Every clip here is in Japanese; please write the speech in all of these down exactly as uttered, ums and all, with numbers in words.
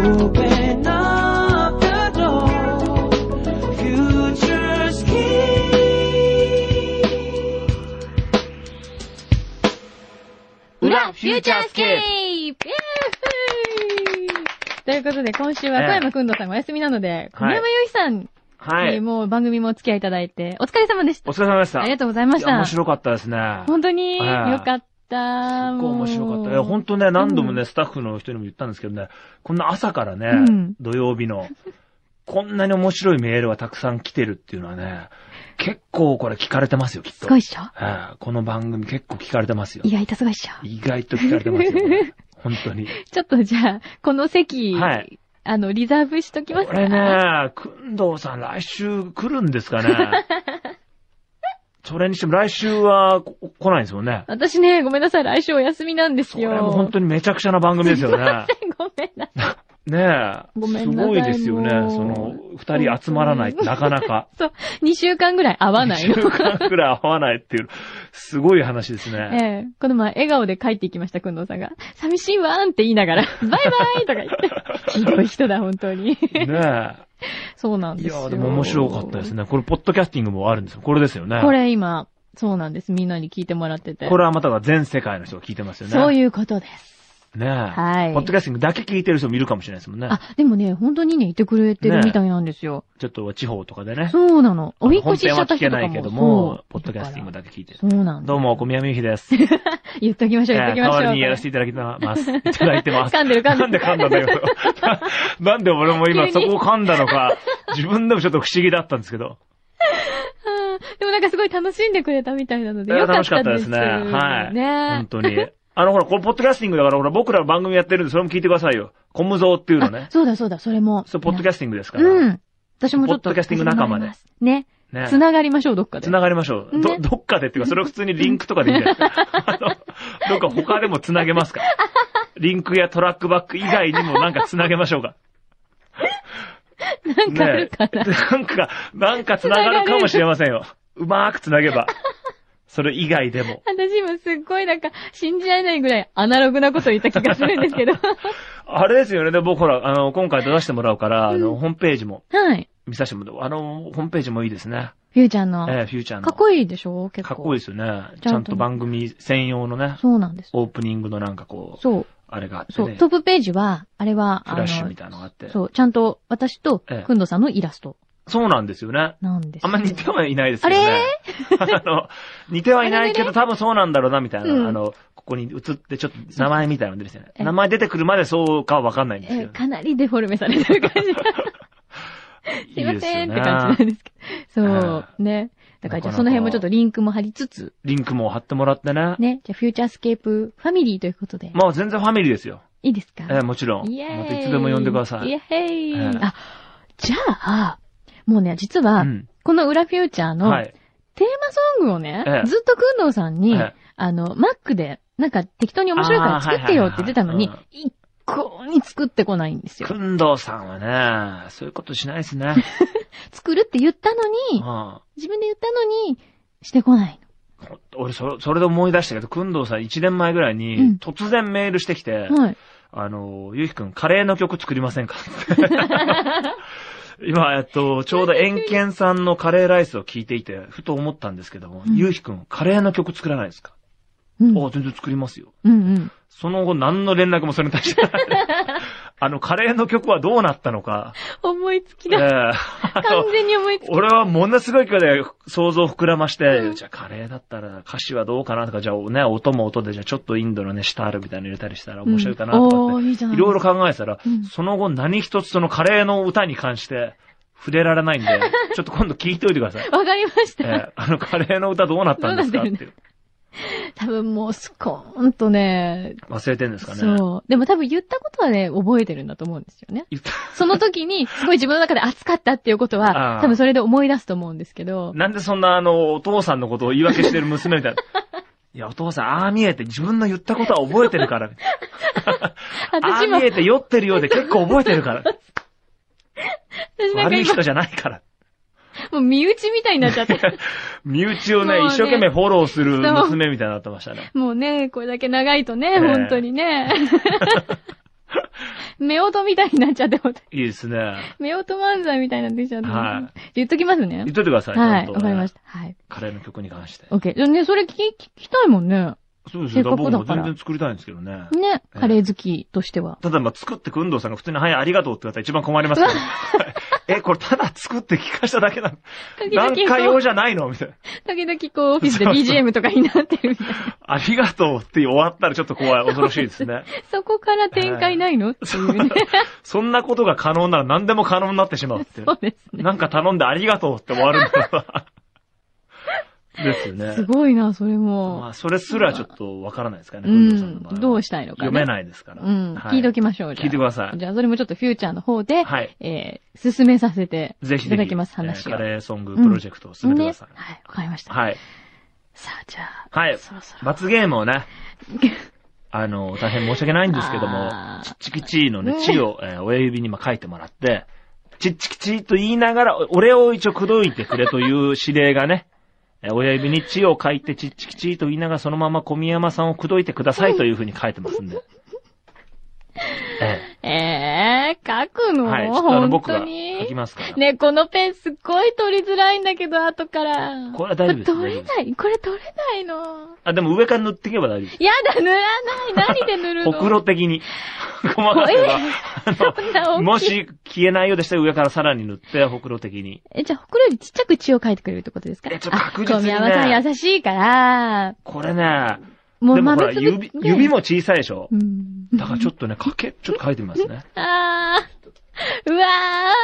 Open up the door. Future's key. 裏フューチャースケープ。ということで、今週は小山くんどさんがお休みなので、小山由依さんにもう番組もお付き合いいただいて、お疲れ様でした。 お疲れ様でした。 ありがとうございました。 面白かったですね。 本当に、よかった。 すっごい面白かった。いや、本当ね、何度もね、スタッフの人にも言ったんですけどね、こんな朝からね、土曜日の、こんなに面白いメールがたくさん来てるっていうのはね、結構これ聞かれてますよ、きっと。 すごいっしょ、 はい、この番組結構聞かれてますよ。 意外とすごいっしょ。 意外と聞かれてますよ、ね。本当に。 ちょっとじゃあ、この席、はい、あの、リザーブしときますか。 これね、くんどうさん来週来るんですかね。それにしても来週は来ないんですもんね。 私ね、ごめんなさい、来週お休みなんですよ。 これも本当にめちゃくちゃな番組ですよね。 ごめんなさい。 ねえ。ごめんなさい。すごいですよね。その、二人集まらないってなかなか。 そう。二週間ぐらい会わないの。 二週間ぐらい会わないっていう、すごい話ですね。 ええ。この前、笑顔で帰っていきました、くんどうさんが。寂しいわーんって言いながら、バイバイとか言って。ひどい人だ、本当に。ねえ。 そうなんですよ。 いや、でも面白かったですね。これ、ポッドキャスティングもあるんですよ。これですよね。 これ今、そうなんです。みんなに聞いてもらってて。 これはまたは全世界の人が聞いてますよね。 そういうことです。 ねえ。 はい。 ポッドキャスティングだけ聞いてる人もいるかもしれないですもんね。 あ、でもね、本当にね、いてくれてるみたいなんですよ。 ちょっと地方とかでね。 そうなの。お引越ししちゃった人とかも。 本編は聞けないけども、ポッドキャスティングだけ聞いてる。 そうなんです。 どうも、小宮みゆきです。 言っときましょう、言っときましょう。 代わりにやらせていただきます。いただいてます。 噛んでる噛んでる。 なんで噛んだんだけど。なんで俺も今そこを噛んだのか、自分でもちょっと不思議だったんですけど。 でもなんかすごい楽しんでくれたみたいなので、よかったです。 楽しかったですね。はい。 ね本当に。あの、ほら、これ、ポッドキャスティングだから、ほら、僕ら番組やってるんで、それも聞いてくださいよ。コムゾーっていうのね。 そうだそうだ、それも。 それ、ポッドキャスティングですから。 うん。私もちょっと。 ポッドキャスティング仲間で。 ね。ね。つながりましょう、どっかで。 つながりましょう。ど、どっかでっていうか、それを普通にリンクとかでいいんじゃないですか。あの、どっか他でもつなげますか。リンクやトラックバック以外にもなんかつなげましょうか。 なんかあるかな。 なんか、なんかつながるかもしれませんよ。うまーくつなげば。それ以外でも。 私今すっごいなんか信じられないぐらいアナログなことを言った気がするんですけど。 あれですよね。で、僕ほら、あの、今回出してもらうから、うん、あの、ホームページも。 はい。 見させてもらう。あの、ホームページもいいですね。 フューチャーの。 ええ、フューチャーの。 かっこいいでしょ結構。 かっこいいですよね。ちゃんと番組専用のね。 そうなんです。 オープニングのなんかこう。 そう。 あれがあって、ね。 そう。トップページは、あれは、 フラッシュみたいなのがあって。 そう。ちゃんと私と、くんどさんのイラスト。 そうなんですよね。 なんです。 あんま似てはいないですけどね。あれあの、似てはいないけど多分そうなんだろうなみたいな。うん、あの、ここに映ってちょっと名前みたいなの出てきてね。名前出てくるまでそうかはわかんないんですけど。 かなりデフォルメされてる感じ。すいませんって感じなんですけど。そう。ね。だからじゃあその辺もちょっとリンクも貼りつつ。 リンクも貼ってもらってね。 ね。じゃあフューチャースケープファミリーということで。 まあ全然ファミリーですよ。 いいですか？ ええ、もちろん。 イエーイ。 またいつでも呼んでください。 イエーイ。えー、あ、じゃあ、もうね、実は、うん、この裏フューチャーの、テーマソングをね、はい、ずっとくんどうさんに、ええ、あの、Mac で、なんか適当に面白いから作ってよって言ってたのに、一向に作ってこないんですよ。 くんどうさんはね、そういうことしないですね。 作るって言ったのに、ああ自分で言ったのに、してこないの。俺、それ、それで思い出したけど、くんどうさんいちねんまえぐらいに、うん、突然メールしてきて、はい、あの、ゆうひくん、カレーの曲作りませんか今、えっと、ちょうどエンケンさんのカレーライスを聞いていて、ふと思ったんですけども、うん、ゆうひくん、カレーの曲作らないですか？うん、お全然作りますよ。 うんうん。 その後、何の連絡もそれに対してない。あの、カレーの曲はどうなったのか。 思いつきだ。えー、完全に思いつき。 俺はものすごい勢いで想像を膨らまして、うん、じゃあカレーだったら歌詞はどうかなとか、じゃあね、音も音で、じゃあちょっとインドのね、シタールみたいなの入れたりしたら面白いかなとかって、いろいろ考えてたら、うん、その後何一つそのカレーの歌に関して触れられないんで、ちょっと今度聞いておいてください。 わかりました。 えー、あのカレーの歌どうなったんですかっていう。 多分もうスコーンとね。 忘れてるんですかね。 そう。でも多分言ったことはね、覚えてるんだと思うんですよね。言ったその時に、すごい自分の中で熱かったっていうことは、多分それで思い出すと思うんですけど。 なんでそんなあの、お父さんのことを言い訳してる娘みたいな。いや、お父さん、ああ見えて自分の言ったことは覚えてるから。ああ見えて酔ってるようで結構覚えてるから。悪い人じゃないから。 もう身内みたいになっちゃって。 身内をね、ね、一生懸命フォローする娘みたいになってましたね。 もうね、これだけ長いとね、えー、本当にね。 目音みたいになっちゃって、 いいですね。 目音漫才みたいになってきちゃって。 はい。 言っときますね。 言っといてください。 はい。わかりました。はい。 カレーの曲に関して。 オッケー。ね、それ聞き、聞きたいもんね。 そうですよ。僕も全然作りたいんですけどね。 ね。カレー好きとしては。 ただ、まあ、作ってくんどうさんが普通に、はい、ありがとうって言われたら一番困りますから。え、これただ作って聞かしただけなのなんか用じゃないのみたいな。 時々こう、オフィスで ビージーエム とかになってるみたいな。 ありがとうって終わったらちょっと怖い、恐ろしいですね。 そこから展開ないの、っていうね。 そんなことが可能なら何でも可能になってしまうって。 そうですね。 なんか頼んでありがとうって終わるんだな。ですよね。 すごいな、それも。 まあ、それすらちょっとわからないですからね、 うん。どうしたいのか、ね。 読めないですから。 うん。はい、聞いておきましょう、 じゃあ。聞いてください。 じゃあ、それもちょっとフューチャーの方で、はい。えー、進めさせていただきます、 ぜひぜひ話を。 えー、カレーソングプロジェクトを進めてください。 うんね、はい、わかりました。 はい。 さあ、じゃあ。 はい。 そろそろ。 罰ゲームをね、あの、大変申し訳ないんですけども、チッチキチーのね、チを、えー、親指に今書いてもらって、チッチキチーと言いながら、俺を一応口説いてくれという指令がね、親指にチを書いてチッチキチーと言いながらそのまま小宮山さんを口説いてくださいというふうに書いてますんで。 ええ、えー、書くの？ はい、ちょっとあの僕が書きますから。 ね、このペンすっごい取りづらいんだけど、後から。 これは大丈夫です。 取れない、これ取れないの。 あ、でも上から塗っていけば大丈夫です。 やだ、塗らない。何で塗るの？ ほくろ的に。細かくは。あの、もし消えないようでしたら上からさらに塗って、ほくろ的に。 え、じゃあほくろよりちっちゃく血を書いてくれるってことですか？ え、ちょっと確実にね。 小宮山さん優しいから。 これね、もうでもほら、指、指も小さいでしょ、うん、だからちょっとね、書け、ちょっと書いてみますね。 あー。うわー。くすぐったい、こ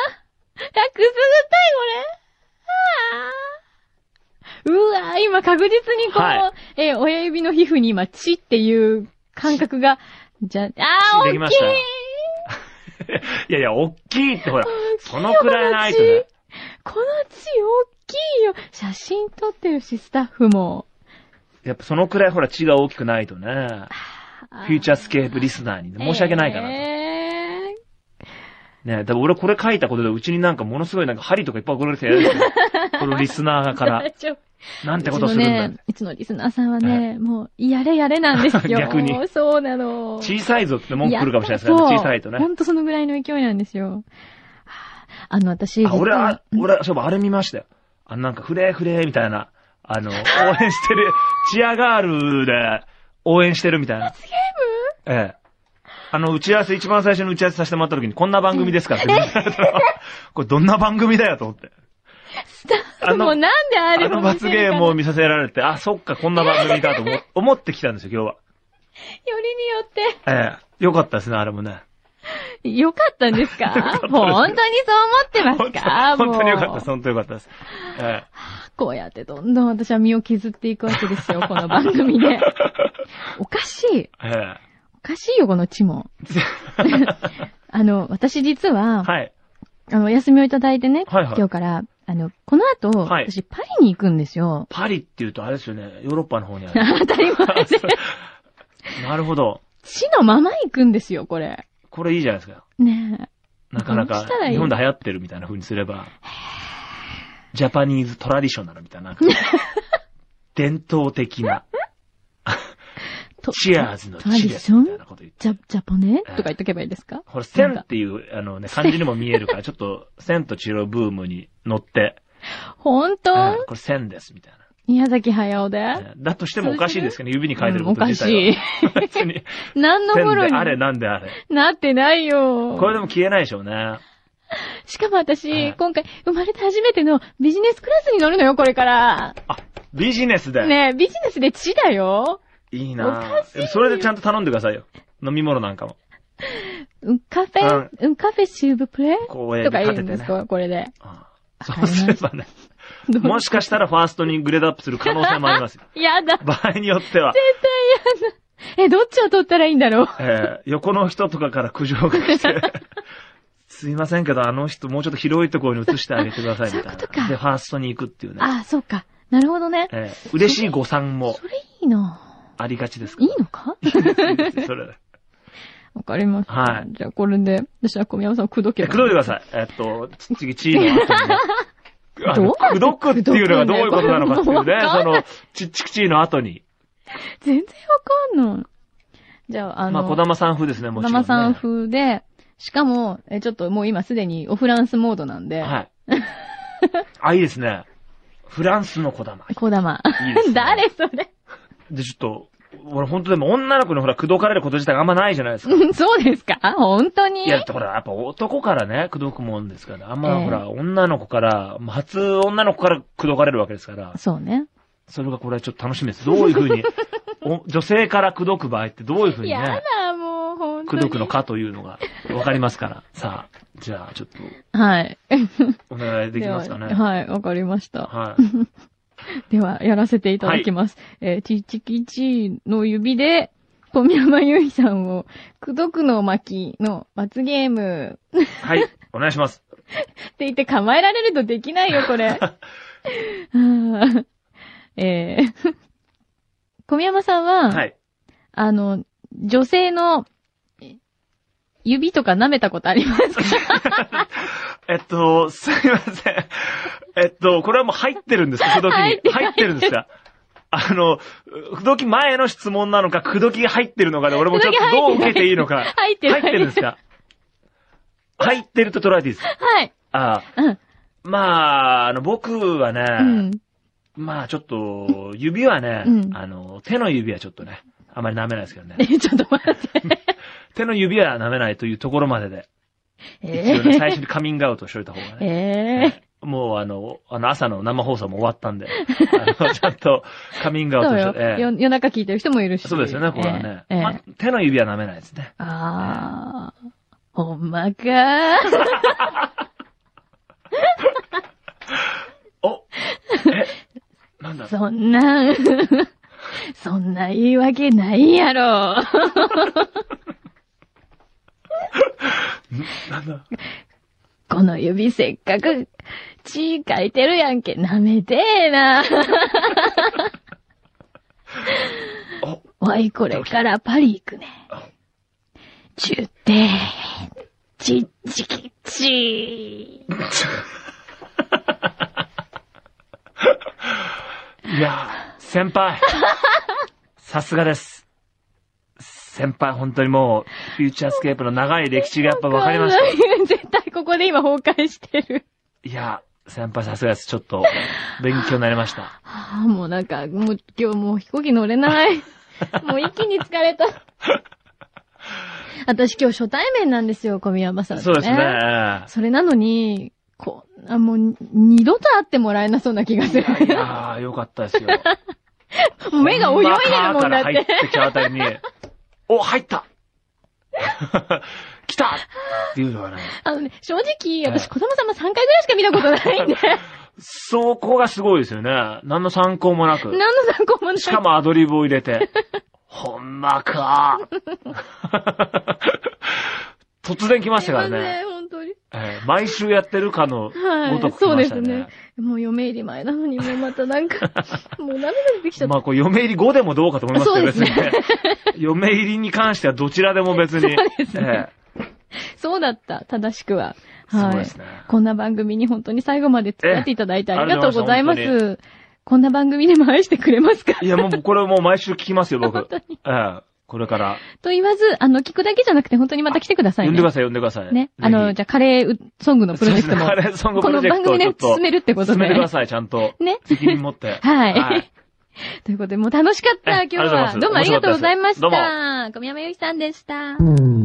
れ。あー。うわー、今確実にこの、はい、えー、親指の皮膚に今、血っていう感覚が、じゃ、あー、 できました。いやいや、おっきいってほら、そのくらいないとね。 この血、おっきいよ。写真撮ってるし、スタッフも。 やっぱそのくらいほら血が大きくないとね、フューチャースケープリスナーに、ね、申し訳ないかなと。えー、ねえ、だから俺これ書いたことでうちになんかものすごいなんか針とかいっぱい送られてやるんですよ。このリスナーから。なんてことするんだって。 うちのね、うちのリスナーさんはね、もう、やれやれなんですよ。 逆に。 そうなの。 小さいぞって文句来るかもしれないですからね、小さいとね。 ほんとそのぐらいの勢いなんですよ。あの、私。 あ、俺は、俺、そういえばあれ見ましたよ。あのなんかフレーフレーみたいな。あの、応援してる、チアガールで応援してるみたいな。 罰ゲーム？ええ。あの、打ち合わせ、一番最初に打ち合わせさせてもらった時に、こんな番組ですからって言われたら、これどんな番組だよと思って。 スタッフもなんであれあの罰ゲームを見させられて、あ、そっか、こんな番組かと思思ってきたんですよ、今日は。 よりによって。 ええ。よかったですね、あれもね。 よかったんですか？本当にそう思ってますか？ 本当によかったです、本当によかったです。ええ。 こうやってどんどん私は身を削っていくわけですよ、この番組で。おかしい。 ええ。 おかしいよ、この血も。あの、私実は、はい。あの、お休みをいただいてね、はいはい、今日から、あの、この後、はい、私パリに行くんですよ。 パリって言うとあれですよね、ヨーロッパの方にある。 当たり前で。 なるほど。 血のまま行くんですよ、これ。 これいいじゃないですか。 ねえ。なかなか、日本で流行ってるみたいな風にすれば。ジャパニーズトラディショナルみたいな。伝統的な。チアーズのチですみたいなこと言って。 ジャ、ジャポネとか言っとけばいいですか？ これ、線っていう、あのね、漢字にも見えるから、ちょっと、千と千尋ブームに乗って。 ほんと？ これ線です、みたいな。 宮崎駿で、 だとしてもおかしいですけどね、指に書いてること自体は。 うん、おかしい。別に。何のフォローに。 あれ、なんであれ。 なってないよ。 これでも消えないでしょうね。 しかも私、はい、今回、生まれて初めてのビジネスクラスに乗るのよ、これから。 あ、ビジネスで。 ねえ、ビジネスで血だよ。 いいなぁ。それでちゃんと頼んでくださいよ。飲み物なんかも。 うん、カフェ、うん、カフェシューブプレこうとか言うんですか、これで。 ああ、そうすればね。もしかしたらファーストにグレードアップする可能性もありますよ。 やだ。 場合によっては。 絶対やだ。え、どっちを取ったらいいんだろう。 えー、横の人とかから苦情が来て。すいませんけど、あの人もうちょっと広いところに移してあげてくださいみたいな。 そういうことか。 で、ファーストに行くっていうね。 ああ、そうか。なるほどね。 えー、嬉しい誤算も。 それいいな。 ありがちですか？ いいのか？ いいですよ、それ。 わかりました。 はい。 じゃあ、これで、私は小宮山さんを口説けば。 口説いてください。えっと、次、チーの後にね。どう口説くっていうのがどういうことなのかっていうね。その、チッチキチーの後に。 全然わかんない。じゃあ、あの。 まあ、小玉さん風ですね、もちろん、ね。 小玉さん風で、 しかも、え、ちょっともう今すでにオフランスモードなんで。 はい。あ、いいですね。フランスの小玉。 小玉。 いいですね。 誰それ。 で、ちょっと、俺本当でも女の子のほら、口説かれること自体があんまないじゃないですか。 そうですか本当に？ いや、ほら、やっぱ男からね、口説くもんですからね。あんま、えー、ほら、女の子から、初女の子から口説かれるわけですから。 そうね。 それがこれはちょっと楽しみです。どういうふうに、女性から口説く場合ってどういうふうにね。 やだ、もう、本当に。 口説くのかというのがわかりますから。さあ、じゃあ、ちょっと。 はい。 お願いできますかね。 はい、わかりました。 はい。 では、やらせていただきます。はい、えー、ちっちきちの指で、小宮山由依さんを、口説くの巻の罰ゲーム。 はい、お願いします。 って言って構えられるとできないよ、これ。えー、小宮山さんは、はい、あの、女性の指とか舐めたことありますか？ えっと、すいません。えっと、これはもう入ってるんですか？口説きに。入って入ってるんですか？あの、口説き前の質問なのか、口説きが入ってるのかで、俺もちょっとどう受けていいのか。 入ってる。 入ってるんですか？入ってると捉えていいですか？ はい。 ああ。うん、まあ、あの、僕はね、うん、まあちょっと、指はね、うん、あの、手の指はちょっとね、あまり舐めないですけどね。 え、ちょっと待って。 手の指は舐めないというところまでで。えー、一応ね、最初にカミングアウトしといた方がね。 えー、 もうあの、あの朝の生放送も終わったんで、あのちゃんとカミングアウトして。 そうよ、えー、夜中聞いてる人もいるし。 そうですよね、これはね。えーまあ、手の指は舐めないですね。 あー、えー、ほんまかー。 おえなんだそんな、そんな言い訳ないやろ。 なんだこの指せっかく血書いてるやんけ、舐めてえな。わいこれからパリ行くね。中点、ちっちきち。 いや、先輩。さすがです。先輩、本当にもう、フューチャースケープの長い歴史がやっぱ分かりました。 絶対ここで今崩壊してる。 いや、先輩さすがです。ちょっと、勉強になりました。 はあ、もうなんか、もう今日もう飛行機乗れない。もう一気に疲れた。私今日初対面なんですよ、小宮山さん、ね。 そうですね。 それなのに、こんなもう二度と会ってもらえなそうな気がする。 いやー、よかったですよ。 もう目が泳いでるもんだって。 入ってきたあたりに、お、入った来たっていうのはね。 あのね、正直、私、小玉さんもさんかいぐらいしか見たことないんで。 そこがすごいですよね。何の参考もなく。 何の参考もなく。 しかもアドリブを入れて。ほんまか。突然来ましたからね。 ね、本当に。 えー、毎週やってるかのごとく来ましたね。 はい、そうですね。もう嫁入り前なのに、もうまたなんか、もう涙出てきちゃった。 まあ、こう、嫁入り後でもどうかと思いますけど、別にね。嫁入りに関してはどちらでも別に。 そうですね。えー、そうだった、正しくは。はい。そうですね。こんな番組に本当に最後まで付き合っていただいてありがとうございます。こんな番組でも愛してくれますか？ いや、もうこれもう毎週聞きますよ、僕。本当に。えーこれから。 と言わず、あの、聞くだけじゃなくて本当にまた来てくださいね。 呼んでください、呼んでください。 ね。あの、じゃあカレーソングのプロジェクトも。 カレーソングプロジェクトこの番組で進めるってことで。 進めてください、ちゃんと。ね。責任持って。 はい。はい。ということで、もう楽しかった、今日は。どうもありがとうございました。どうも。小宮山由依さんでした。